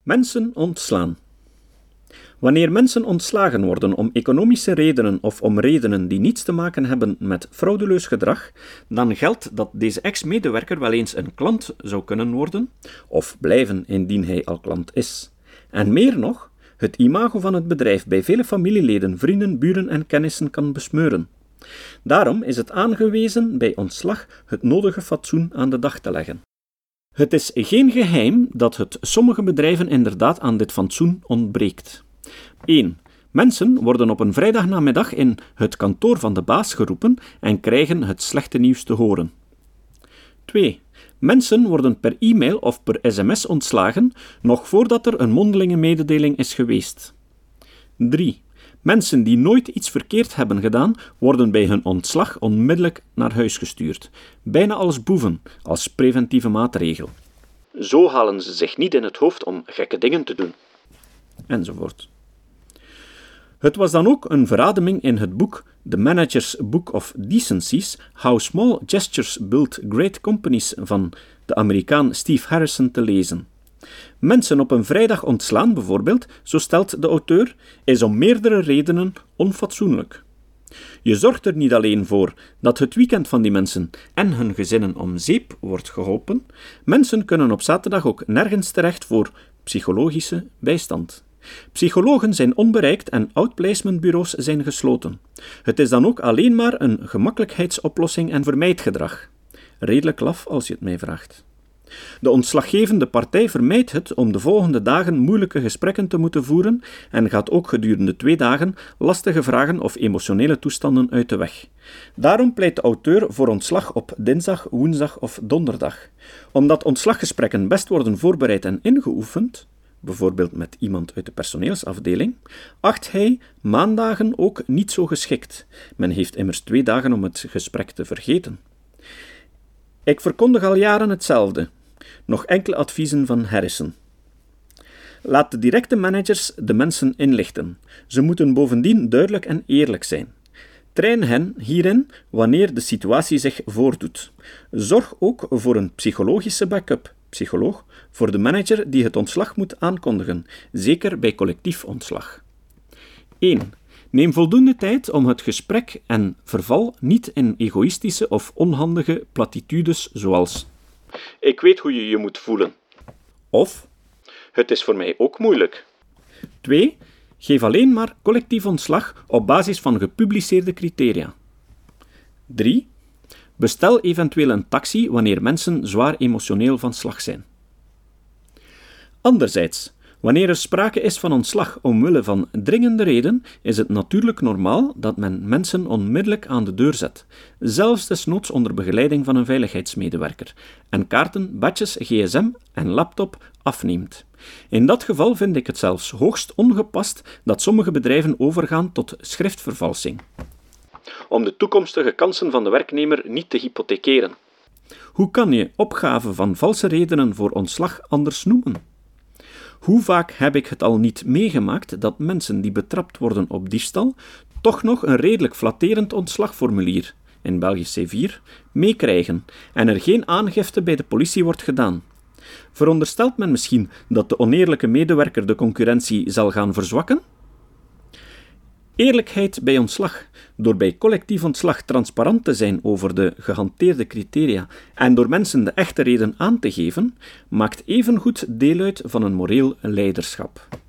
Mensen ontslaan. Wanneer mensen ontslagen worden om economische redenen of om redenen die niets te maken hebben met fraudeleus gedrag, dan geldt dat deze ex-medewerker wel eens een klant zou kunnen worden, of blijven indien hij al klant is. En meer nog, het imago van het bedrijf bij vele familieleden, vrienden, buren en kennissen kan besmeuren. Daarom is het aangewezen bij ontslag het nodige fatsoen aan de dag te leggen. Het is geen geheim dat het sommige bedrijven inderdaad aan dit fatsoen ontbreekt. 1. Mensen worden op een vrijdagnamiddag in het kantoor van de baas geroepen en krijgen het slechte nieuws te horen. 2. Mensen worden per e-mail of per sms ontslagen, nog voordat er een mondelinge mededeling is geweest. 3. Mensen die nooit iets verkeerd hebben gedaan, worden bij hun ontslag onmiddellijk naar huis gestuurd. Bijna als boeven, als preventieve maatregel. Zo halen ze zich niet in het hoofd om gekke dingen te doen. Enzovoort. Het was dan ook een verademing in het boek The Manager's Book of Decencies, How Small Gestures Build Great Companies van de Amerikaan Steve Harrison te lezen. Mensen op een vrijdag ontslaan bijvoorbeeld, zo stelt de auteur, is om meerdere redenen onfatsoenlijk. Je zorgt er niet alleen voor dat het weekend van die mensen en hun gezinnen om zeep wordt geholpen, mensen kunnen op zaterdag ook nergens terecht voor psychologische bijstand. Psychologen zijn onbereikt en outplacementbureaus zijn gesloten. Het is dan ook alleen maar een gemakkelijkheidsoplossing en vermijdgedrag. Redelijk laf als je het mij vraagt. De ontslaggevende partij vermijdt het om de volgende dagen moeilijke gesprekken te moeten voeren en gaat ook gedurende 2 dagen lastige vragen of emotionele toestanden uit de weg. Daarom pleit de auteur voor ontslag op dinsdag, woensdag of donderdag. Omdat ontslaggesprekken best worden voorbereid en ingeoefend, bijvoorbeeld met iemand uit de personeelsafdeling, acht hij maandagen ook niet zo geschikt. Men heeft immers 2 dagen om het gesprek te vergeten. Ik verkondig al jaren hetzelfde. Nog enkele adviezen van Harrison. Laat de directe managers de mensen inlichten. Ze moeten bovendien duidelijk en eerlijk zijn. Train hen hierin wanneer de situatie zich voordoet. Zorg ook voor een psychologische backup, psycholoog, voor de manager die het ontslag moet aankondigen, zeker bij collectief ontslag. 1. Neem voldoende tijd om het gesprek en verval niet in egoïstische of onhandige platitudes zoals ik weet hoe je je moet voelen. Of het is voor mij ook moeilijk. 2. Geef alleen maar collectief ontslag op basis van gepubliceerde criteria. 3. Bestel eventueel een taxi wanneer mensen zwaar emotioneel van slag zijn. Anderzijds, wanneer er sprake is van ontslag omwille van dringende reden, is het natuurlijk normaal dat men mensen onmiddellijk aan de deur zet, zelfs desnoods onder begeleiding van een veiligheidsmedewerker, en kaarten, badges, gsm en laptop afneemt. In dat geval vind ik het zelfs hoogst ongepast dat sommige bedrijven overgaan tot schriftvervalsing, om de toekomstige kansen van de werknemer niet te hypothekeren. Hoe kan je opgave van valse redenen voor ontslag anders noemen? Hoe vaak heb ik het al niet meegemaakt dat mensen die betrapt worden op diefstal toch nog een redelijk flatterend ontslagformulier, in Belgisch C4, meekrijgen en er geen aangifte bij de politie wordt gedaan. Veronderstelt men misschien dat de oneerlijke medewerker de concurrentie zal gaan verzwakken? Eerlijkheid bij ontslag, door bij collectief ontslag transparant te zijn over de gehanteerde criteria en door mensen de echte reden aan te geven, maakt evengoed deel uit van een moreel leiderschap.